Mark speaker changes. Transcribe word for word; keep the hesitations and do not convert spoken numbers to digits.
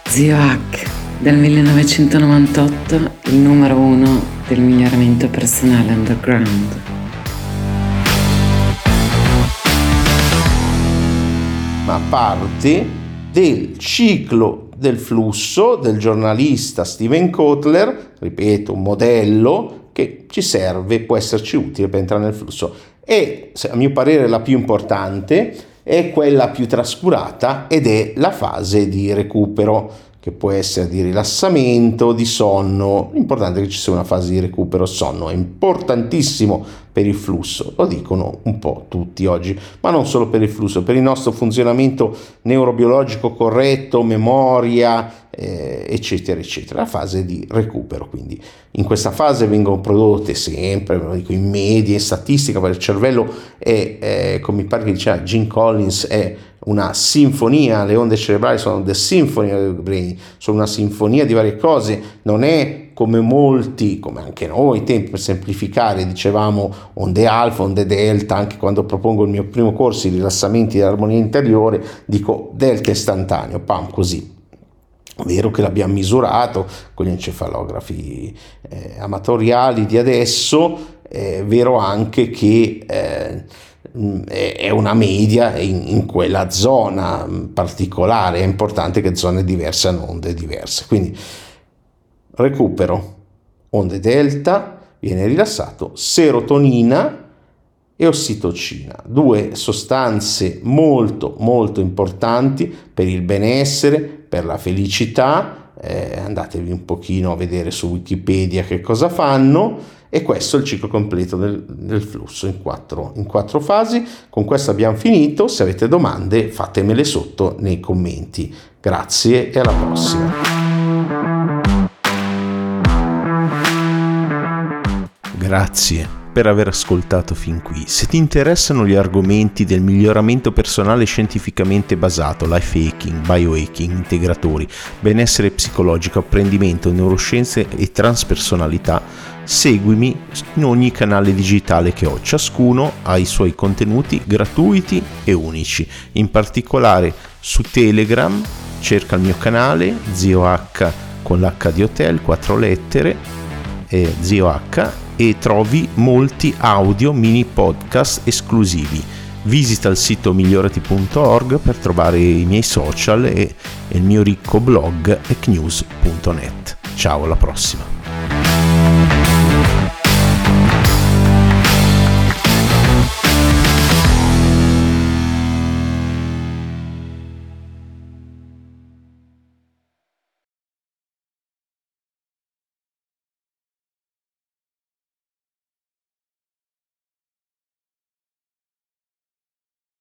Speaker 1: Zio Hack, del millenovecentonovantotto, il numero uno del miglioramento personale underground.
Speaker 2: Ma parte del ciclo del flusso del giornalista Steven Kotler, ripeto, un modello che ci serve, può esserci utile per entrare nel flusso. E a mio parere la più importante è quella più trascurata ed è la fase di recupero, che può essere di rilassamento, di sonno. L'importante è che ci sia una fase di recupero. Sonno è importantissimo per il flusso, lo dicono un po' tutti oggi, ma non solo per il flusso, per il nostro funzionamento neurobiologico corretto, memoria, eh, eccetera eccetera. La fase di recupero, quindi in questa fase vengono prodotte sempre, ve lo dico in media, in statistica, perché il cervello è, eh, come mi pare che diceva Jim Collins, è una sinfonia, le onde cerebrali sono the symphony of the brain, sono una sinfonia di varie cose, non è come molti, come anche noi, tempi per semplificare, dicevamo onde alfa, onde delta. Anche quando propongo il mio primo corso di rilassamenti dell'armonia interiore dico delta istantaneo, pam, così. È vero che l'abbiamo misurato con gli encefalografi eh, amatoriali di adesso, è vero anche che eh, è una media in, in quella zona particolare, è importante che zone diverse hanno onde diverse, quindi recupero, onde delta, viene rilassato serotonina e ossitocina, due sostanze molto molto importanti per il benessere, per la felicità. Eh, andatevi un pochino a vedere su Wikipedia che cosa fanno. E questo è il ciclo completo del, del flusso in quattro, in quattro fasi. Con questo abbiamo finito. Se avete domande fatemele sotto nei commenti. Grazie e alla prossima.
Speaker 3: Grazie per aver ascoltato fin qui. Se ti interessano gli argomenti del miglioramento personale scientificamente basato, life hacking, biohacking, integratori, benessere psicologico, apprendimento, neuroscienze e transpersonalità, seguimi in ogni canale digitale che ho. Ciascuno ha i suoi contenuti gratuiti e unici. In particolare su Telegram cerca il mio canale Zio H con l'H di hotel, quattro lettere, e Zio H, e trovi molti audio mini podcast esclusivi. Visita il sito migliorati punto org per trovare i miei social e il mio ricco blog ecnews punto net. Ciao, alla prossima.